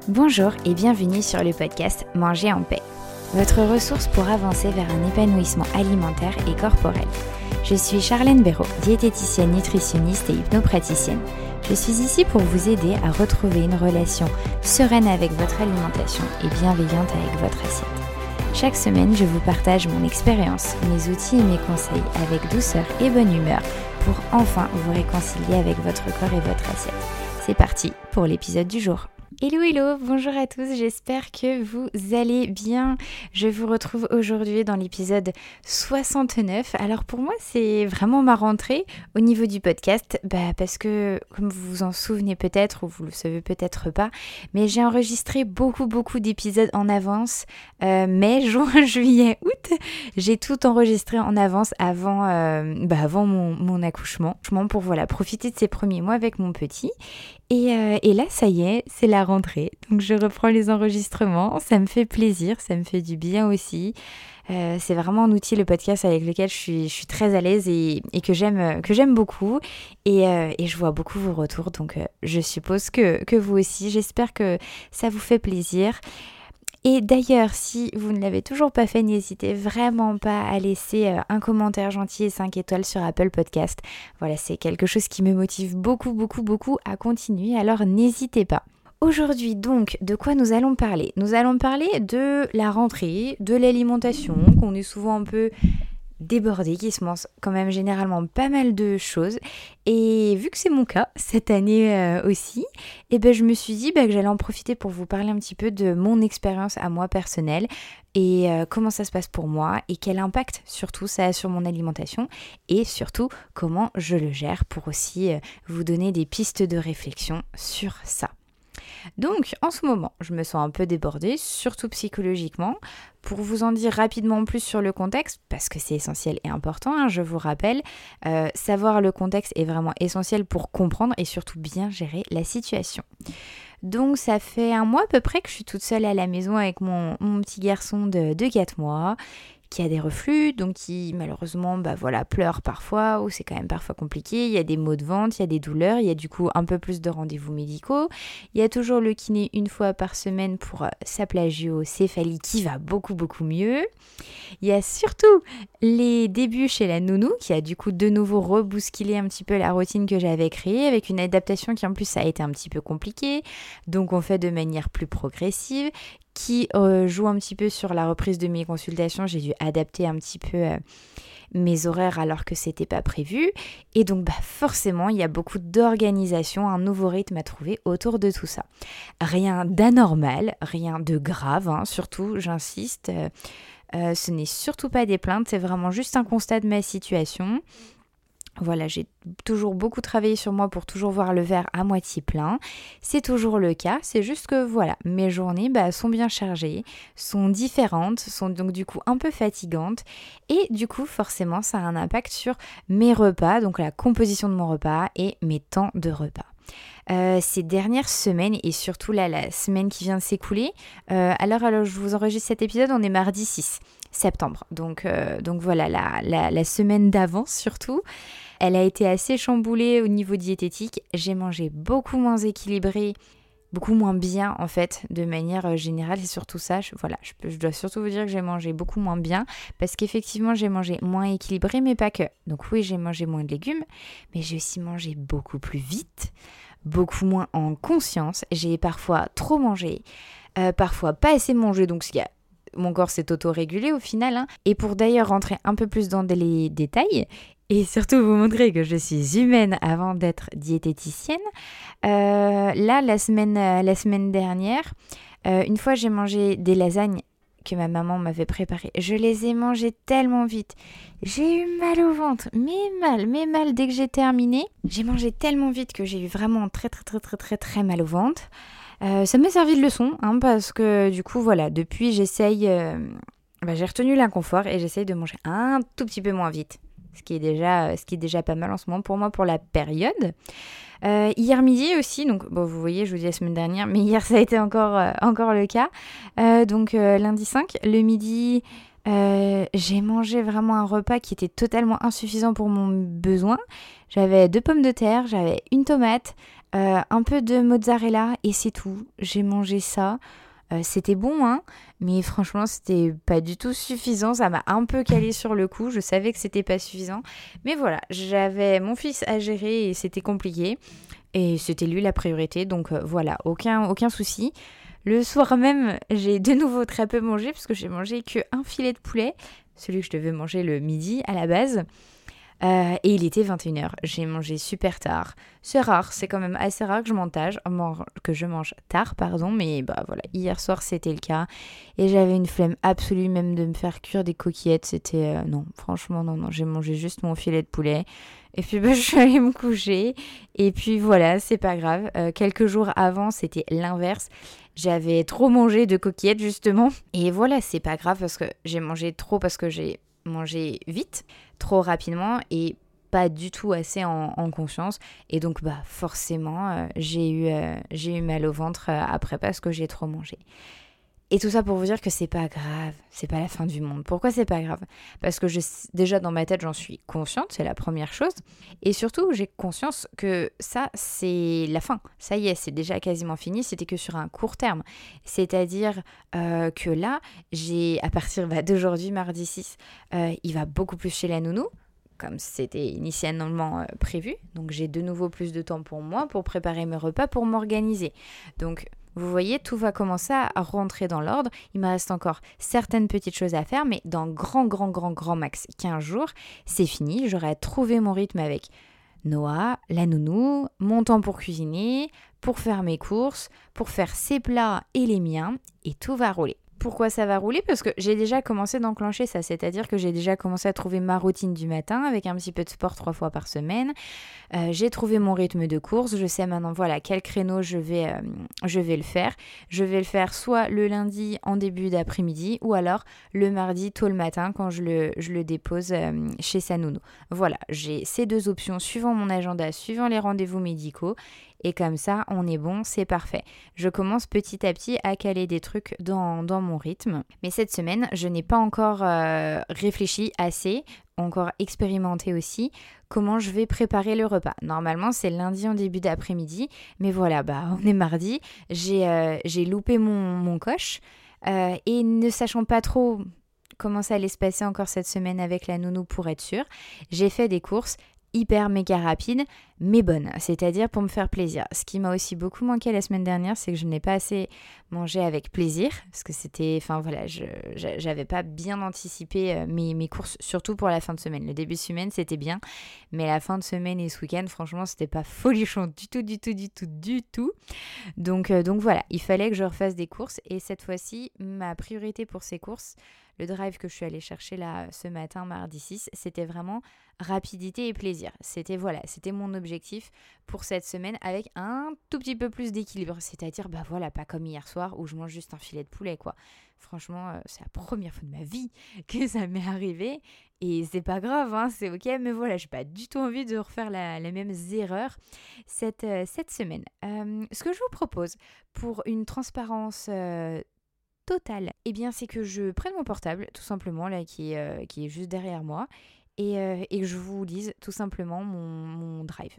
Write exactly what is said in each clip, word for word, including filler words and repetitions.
Bonjour et bienvenue sur le podcast Manger en paix, votre ressource pour avancer vers un épanouissement alimentaire et corporel. Je suis Charlène Béraud, diététicienne, nutritionniste et hypnopraticienne. Je suis ici pour vous aider à retrouver une relation sereine avec votre alimentation et bienveillante avec votre assiette. Chaque semaine, je vous partage mon expérience, mes outils et mes conseils avec douceur et bonne humeur pour enfin vous réconcilier avec votre corps et votre assiette. C'est parti pour l'épisode du jour. Hello hello, bonjour à tous, j'espère que vous allez bien. Je vous retrouve aujourd'hui dans l'épisode soixante-neuf. Alors pour moi c'est vraiment ma rentrée au niveau du podcast, bah parce que comme vous vous en souvenez peut-être ou vous le savez peut-être pas, mais j'ai enregistré beaucoup beaucoup d'épisodes en avance, euh, mai, juin, juillet, août. J'ai tout enregistré en avance avant, euh, bah avant mon, mon accouchement, pour voilà, profiter de ces premiers mois avec mon petit. Et, euh, et là, ça y est, c'est la rentrée. Donc, je reprends les enregistrements. Ça me fait plaisir, ça me fait du bien aussi. Euh, c'est vraiment un outil, le podcast, avec lequel je suis, je suis très à l'aise et, et que j'aime, que j'aime beaucoup. Et, euh, et je vois beaucoup vos retours. Donc, euh, je suppose que, que vous aussi. J'espère que ça vous fait plaisir. Et d'ailleurs, si vous ne l'avez toujours pas fait, n'hésitez vraiment pas à laisser un commentaire gentil et cinq étoiles sur Apple Podcast. Voilà, c'est quelque chose qui me motive beaucoup, beaucoup, beaucoup à continuer, alors n'hésitez pas. Aujourd'hui donc, de quoi nous allons parler ? Nous allons parler de la rentrée, de l'alimentation, qu'on est souvent un peu débordé, qui se mange quand même généralement pas mal de choses. Et vu que c'est mon cas cette année euh, aussi, et ben je me suis dit bah, que j'allais en profiter pour vous parler un petit peu de mon expérience à moi personnelle et euh, comment ça se passe pour moi et quel impact surtout ça a sur mon alimentation et surtout comment je le gère pour aussi euh, vous donner des pistes de réflexion sur ça. Donc, en ce moment, je me sens un peu débordée, surtout psychologiquement. Pour vous en dire rapidement plus sur le contexte, parce que c'est essentiel et important, hein, je vous rappelle, euh, savoir le contexte est vraiment essentiel pour comprendre et surtout bien gérer la situation. Donc, ça fait un mois à peu près que je suis toute seule à la maison avec mon, mon petit garçon de, de quatre mois, qui a des reflux, donc qui malheureusement bah voilà, pleure parfois, ou c'est quand même parfois compliqué, il y a des maux de ventre, il y a des douleurs, il y a du coup un peu plus de rendez-vous médicaux, il y a toujours le kiné une fois par semaine pour sa plagiocéphalie qui va beaucoup beaucoup mieux, il y a surtout les débuts chez la nounou qui a du coup de nouveau rebousculé un petit peu la routine que j'avais créée avec une adaptation qui en plus a été un petit peu compliquée, donc on fait de manière plus progressive, qui euh, joue un petit peu sur la reprise de mes consultations. J'ai dû adapter un petit peu euh, mes horaires alors que c'était pas prévu. Et donc bah, forcément, il y a beaucoup d'organisation, un nouveau rythme à trouver autour de tout ça. Rien d'anormal, rien de grave, hein, surtout, j'insiste. Euh, euh, ce n'est surtout pas des plaintes, c'est vraiment juste un constat de ma situation. Voilà, j'ai toujours beaucoup travaillé sur moi pour toujours voir le verre à moitié plein. C'est toujours le cas, c'est juste que voilà, mes journées bah, sont bien chargées, sont différentes, sont donc du coup un peu fatigantes. Et du coup, forcément, ça a un impact sur mes repas, donc la composition de mon repas et mes temps de repas. Euh, ces dernières semaines et surtout là, la semaine qui vient de s'écouler, euh, alors, alors je vous enregistre cet épisode, on est mardi six septembre, donc, euh, donc voilà, la, la, la semaine d'avant surtout, elle a été assez chamboulée au niveau diététique, j'ai mangé beaucoup moins équilibré, beaucoup moins bien en fait, de manière générale, c'est surtout ça, je, voilà, je, je dois surtout vous dire que j'ai mangé beaucoup moins bien, parce qu'effectivement j'ai mangé moins équilibré, mais pas que, donc oui j'ai mangé moins de légumes, mais j'ai aussi mangé beaucoup plus vite, beaucoup moins en conscience, j'ai parfois trop mangé, euh, parfois pas assez mangé, donc il y a mon corps s'est auto-régulé au final, hein. Et pour d'ailleurs rentrer un peu plus dans les détails, et surtout vous montrer que je suis humaine avant d'être diététicienne, euh, là, la semaine, la semaine dernière, euh, une fois j'ai mangé des lasagnes que ma maman m'avait préparées. Je les ai mangées tellement vite. J'ai eu mal au ventre, mais mal, mais mal dès que j'ai terminé. J'ai mangé tellement vite que j'ai eu vraiment très, très, très, très, très, très mal au ventre. Euh, ça m'a servi de leçon, hein, parce que du coup, voilà, depuis, j'essaye... Euh, bah, j'ai retenu l'inconfort et j'essaye de manger un tout petit peu moins vite. Ce qui est déjà, ce qui est déjà pas mal en ce moment pour moi, pour la période. Euh, hier midi aussi, donc bon, vous voyez, je vous dis la semaine dernière, mais hier, ça a été encore, euh, encore le cas. Euh, donc, euh, lundi cinq, le midi... Euh, j'ai mangé vraiment un repas qui était totalement insuffisant pour mon besoin. J'avais deux pommes de terre, j'avais une tomate, euh, un peu de mozzarella et c'est tout. J'ai mangé ça. Euh, c'était bon, hein, mais franchement, c'était pas du tout suffisant. Ça m'a un peu calé sur le coup. Je savais que c'était pas suffisant. Mais voilà, j'avais mon fils à gérer et c'était compliqué. Et c'était lui la priorité. Donc euh, voilà, aucun, aucun souci. Le soir même, j'ai de nouveau très peu mangé parce que j'ai mangé qu'un filet de poulet. Celui que je devais manger le midi à la base. Euh, et il était vingt et une heures. J'ai mangé super tard. C'est rare, c'est quand même assez rare que je mange, que je mange tard, pardon, mais bah voilà, hier soir c'était le cas. Et j'avais une flemme absolue même de me faire cuire des coquillettes. C'était euh, non, franchement non, non, j'ai mangé juste mon filet de poulet. Et puis bah, je suis allée me coucher. Et puis voilà, c'est pas grave. Euh, quelques jours avant, c'était l'inverse. J'avais trop mangé de coquillettes justement. Et voilà, c'est pas grave parce que j'ai mangé trop parce que j'ai mangé vite, trop rapidement et pas du tout assez en, en conscience. Et donc bah forcément euh, j'ai eu euh, j'ai eu mal au ventre euh, après parce que j'ai trop mangé. Et tout ça pour vous dire que c'est pas grave, c'est pas la fin du monde. Pourquoi c'est pas grave ? Parce que je, déjà dans ma tête j'en suis consciente, c'est la première chose. Et surtout j'ai conscience que ça c'est la fin. Ça y est, c'est déjà quasiment fini, c'était que sur un court terme. C'est-à-dire euh, que là, j'ai à partir bah, d'aujourd'hui, mardi six, euh, il va beaucoup plus chez la nounou, comme c'était initialement euh, prévu. Donc j'ai de nouveau plus de temps pour moi, pour préparer mes repas, pour m'organiser. Donc vous voyez, tout va commencer à rentrer dans l'ordre. Il me reste encore certaines petites choses à faire, mais dans grand, grand, grand, grand max quinze jours, c'est fini. J'aurai trouvé mon rythme avec Noah, la nounou, mon temps pour cuisiner, pour faire mes courses, pour faire ses plats et les miens, et tout va rouler. Pourquoi ça va rouler ? Parce que j'ai déjà commencé d'enclencher ça, c'est-à-dire que j'ai déjà commencé à trouver ma routine du matin avec un petit peu de sport trois fois par semaine. Euh, j'ai trouvé mon rythme de course, je sais maintenant voilà quel créneau je vais, euh, je vais le faire. Je vais le faire soit le lundi en début d'après-midi ou alors le mardi tôt le matin quand je le, je le dépose euh, chez sa nounou. Voilà, j'ai ces deux options suivant mon agenda, suivant les rendez-vous médicaux. Et comme ça, on est bon, c'est parfait. Je commence petit à petit à caler des trucs dans, dans mon rythme. Mais cette semaine, je n'ai pas encore euh, réfléchi assez, encore expérimenté aussi, comment je vais préparer le repas. Normalement, c'est lundi en début d'après-midi. Mais voilà, bah, on est mardi. J'ai, euh, j'ai loupé mon, mon coche. Euh, et ne sachant pas trop comment ça allait se passer encore cette semaine avec la nounou pour être sûre, j'ai fait des courses hyper méga rapide, mais bonne, c'est-à-dire pour me faire plaisir. Ce qui m'a aussi beaucoup manqué la semaine dernière, c'est que je n'ai pas assez mangé avec plaisir, parce que c'était, enfin voilà, je j'avais pas bien anticipé mes, mes courses, surtout pour la fin de semaine. Le début de semaine, c'était bien, mais la fin de semaine et ce week-end, franchement, c'était pas folichon du tout, du tout, du tout, du tout. Donc, euh, donc voilà, il fallait que je refasse des courses, et cette fois-ci, ma priorité pour ces courses, le drive que je suis allée chercher là ce matin, mardi six, c'était vraiment rapidité et plaisir. C'était voilà, c'était mon objectif pour cette semaine avec un tout petit peu plus d'équilibre. C'est-à-dire, bah voilà, pas comme hier soir où je mange juste un filet de poulet, quoi. Franchement, euh, c'est la première fois de ma vie que ça m'est arrivé. Et c'est pas grave, hein, c'est ok, mais voilà, j'ai pas du tout envie de refaire la, la même erreur cette, euh, cette semaine. Euh, ce que je vous propose pour une transparence euh, totale, eh bien, c'est que je prenne mon portable, tout simplement, là, qui est, euh, qui est juste derrière moi, et, euh, et que je vous lise tout simplement mon, mon drive.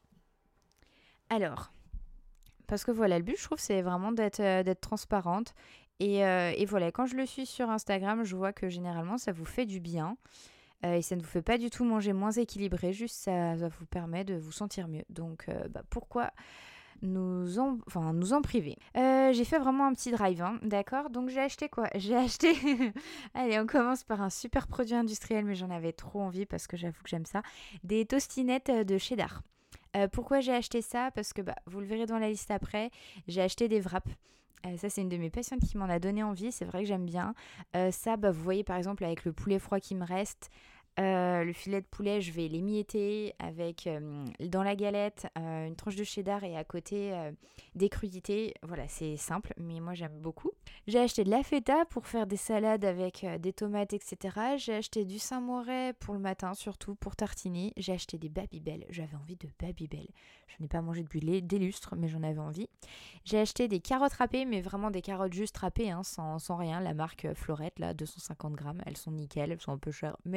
Alors, parce que voilà, le but, je trouve, c'est vraiment d'être, euh, d'être transparente. Et, euh, et voilà, quand je le suis sur Instagram, je vois que généralement, ça vous fait du bien. Euh, et ça ne vous fait pas du tout manger moins équilibré, juste ça, ça vous permet de vous sentir mieux. Donc, euh, bah, pourquoi nous en, enfin, nous en priver. Euh, j'ai fait vraiment un petit drive, hein, d'accord ? Donc j'ai acheté quoi ? J'ai acheté... Allez, on commence par un super produit industriel, mais j'en avais trop envie parce que j'avoue que j'aime ça. Des tostinettes de cheddar. Euh, pourquoi j'ai acheté ça ? Parce que, bah, vous le verrez dans la liste après, j'ai acheté des wraps. Euh, ça, c'est une de mes patientes qui m'en a donné envie. C'est vrai que j'aime bien. Euh, ça, bah, vous voyez, par exemple, avec le poulet froid qui me reste... Euh, le filet de poulet, je vais l'émietter avec euh, dans la galette euh, une tranche de cheddar et à côté euh, des crudités. Voilà, c'est simple, mais moi j'aime beaucoup. J'ai acheté de la feta pour faire des salades avec euh, des tomates, et cetera. J'ai acheté du Saint-Moré pour le matin, surtout pour tartiner. J'ai acheté des Babybel. J'avais envie de Babybel. Je n'ai pas mangé depuis des lustres, mais j'en avais envie. J'ai acheté des carottes râpées, mais vraiment des carottes juste râpées, hein, sans, sans rien. La marque Florette, là, deux cent cinquante grammes. Elles sont nickel, elles sont un peu chères, mais elles sont bien.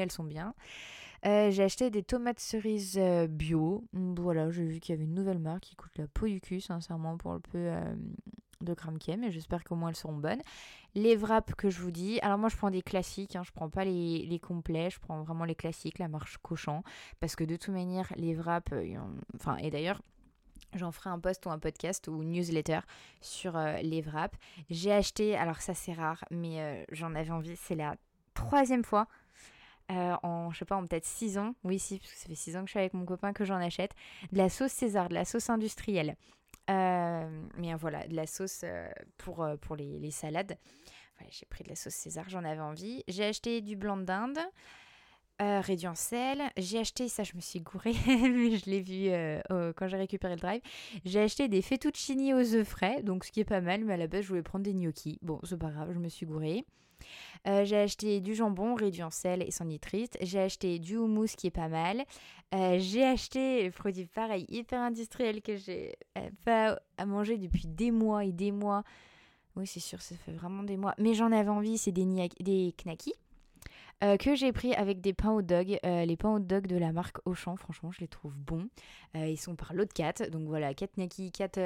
bien. Euh, j'ai acheté des tomates cerises euh, bio. Voilà, j'ai vu qu'il y avait une nouvelle marque qui coûte la peau du cul, sincèrement, pour le peu euh, de crème qu'il y a, mais j'espère qu'au moins elles seront bonnes. Les wraps que je vous dis, alors moi je prends des classiques, hein, je prends pas les, les complets, je prends vraiment les classiques, la marque Cochon, parce que de toute manière, les wraps, euh, enfin, et d'ailleurs, j'en ferai un post ou un podcast ou une newsletter sur euh, les wraps. J'ai acheté, alors ça c'est rare, mais euh, j'en avais envie, c'est la troisième fois. Euh, en, je sais pas, en peut-être six ans. Oui, si, parce que ça fait six ans que je suis avec mon copain que j'en achète. De la sauce César, de la sauce industrielle. Euh, mais voilà, de la sauce euh, pour, euh, pour les, les salades. Voilà, j'ai pris de la sauce César, j'en avais envie. J'ai acheté du blanc de dinde. Euh, réduit en sel. J'ai acheté, ça je me suis gourée, mais je l'ai vu euh, euh, quand j'ai récupéré le drive. J'ai acheté des fettuccini aux œufs frais, donc ce qui est pas mal, mais à la base je voulais prendre des gnocchis. Bon, c'est pas grave, je me suis gourée. Euh, j'ai acheté du jambon réduit en sel et sans nitrite. J'ai acheté du houmous qui est pas mal. Euh, j'ai acheté un produit pareil, hyper industriel que j'ai euh, pas à manger depuis des mois et des mois. Oui, c'est sûr, ça fait vraiment des mois. Mais j'en avais envie, c'est des, nia- des knackis. Euh, que j'ai pris avec des pains hot dog, euh, les pains hot dog de la marque Auchan, franchement je les trouve bons, euh, ils sont par lot de quatre, donc voilà, quatre knackis, quatre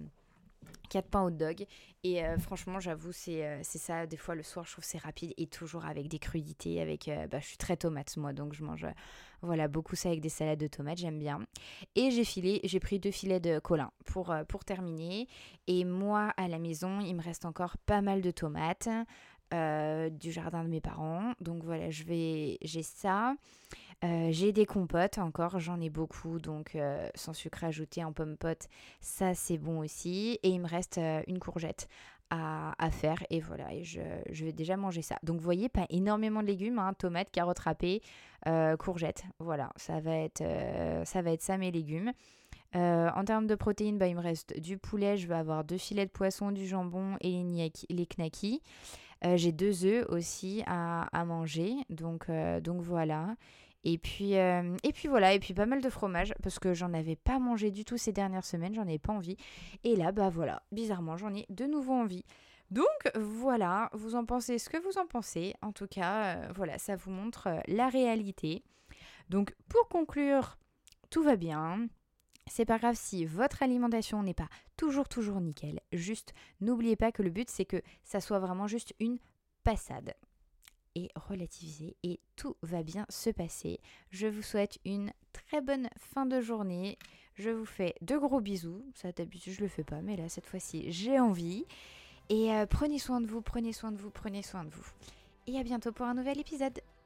pains hot dog, et euh, franchement j'avoue c'est, euh, c'est ça, des fois le soir je trouve c'est rapide, et toujours avec des crudités, avec, euh, bah, je suis très tomate moi, donc je mange euh, voilà, beaucoup ça avec des salades de tomates, j'aime bien, et j'ai filé, j'ai pris deux filets de Colin pour, euh, pour terminer, et moi à la maison il me reste encore pas mal de tomates, Euh, du jardin de mes parents, donc voilà, je vais j'ai ça, euh, j'ai des compotes encore, j'en ai beaucoup, donc euh, sans sucre ajouté en pomme pote, ça c'est bon aussi, et il me reste euh, une courgette à, à faire, et voilà, et je, je vais déjà manger ça. Donc vous voyez, pas énormément de légumes, hein, tomates, carottes râpées, euh, courgettes, voilà, ça va être euh, ça va être ça mes légumes. Euh, en termes de protéines, bah, il me reste du poulet, je vais avoir deux filets de poisson, du jambon et les, niaki, les knackis. Euh, j'ai deux œufs aussi à, à manger, donc, euh, donc voilà. Et puis, euh, et puis voilà, et puis pas mal de fromage, parce que j'en avais pas mangé du tout ces dernières semaines, j'en avais pas envie. Et là, bah voilà, bizarrement, j'en ai de nouveau envie. Donc voilà, vous en pensez ce que vous en pensez. En tout cas, euh, voilà, ça vous montre euh, la réalité. Donc pour conclure, tout va bien. C'est pas grave si votre alimentation n'est pas toujours toujours nickel. Juste, n'oubliez pas que le but c'est que ça soit vraiment juste une passade. Et relativiser et tout va bien se passer. Je vous souhaite une très bonne fin de journée. Je vous fais de gros bisous. Ça d'habitude je le fais pas, mais là cette fois-ci j'ai envie. Et euh, prenez soin de vous, prenez soin de vous, prenez soin de vous. Et à bientôt pour un nouvel épisode.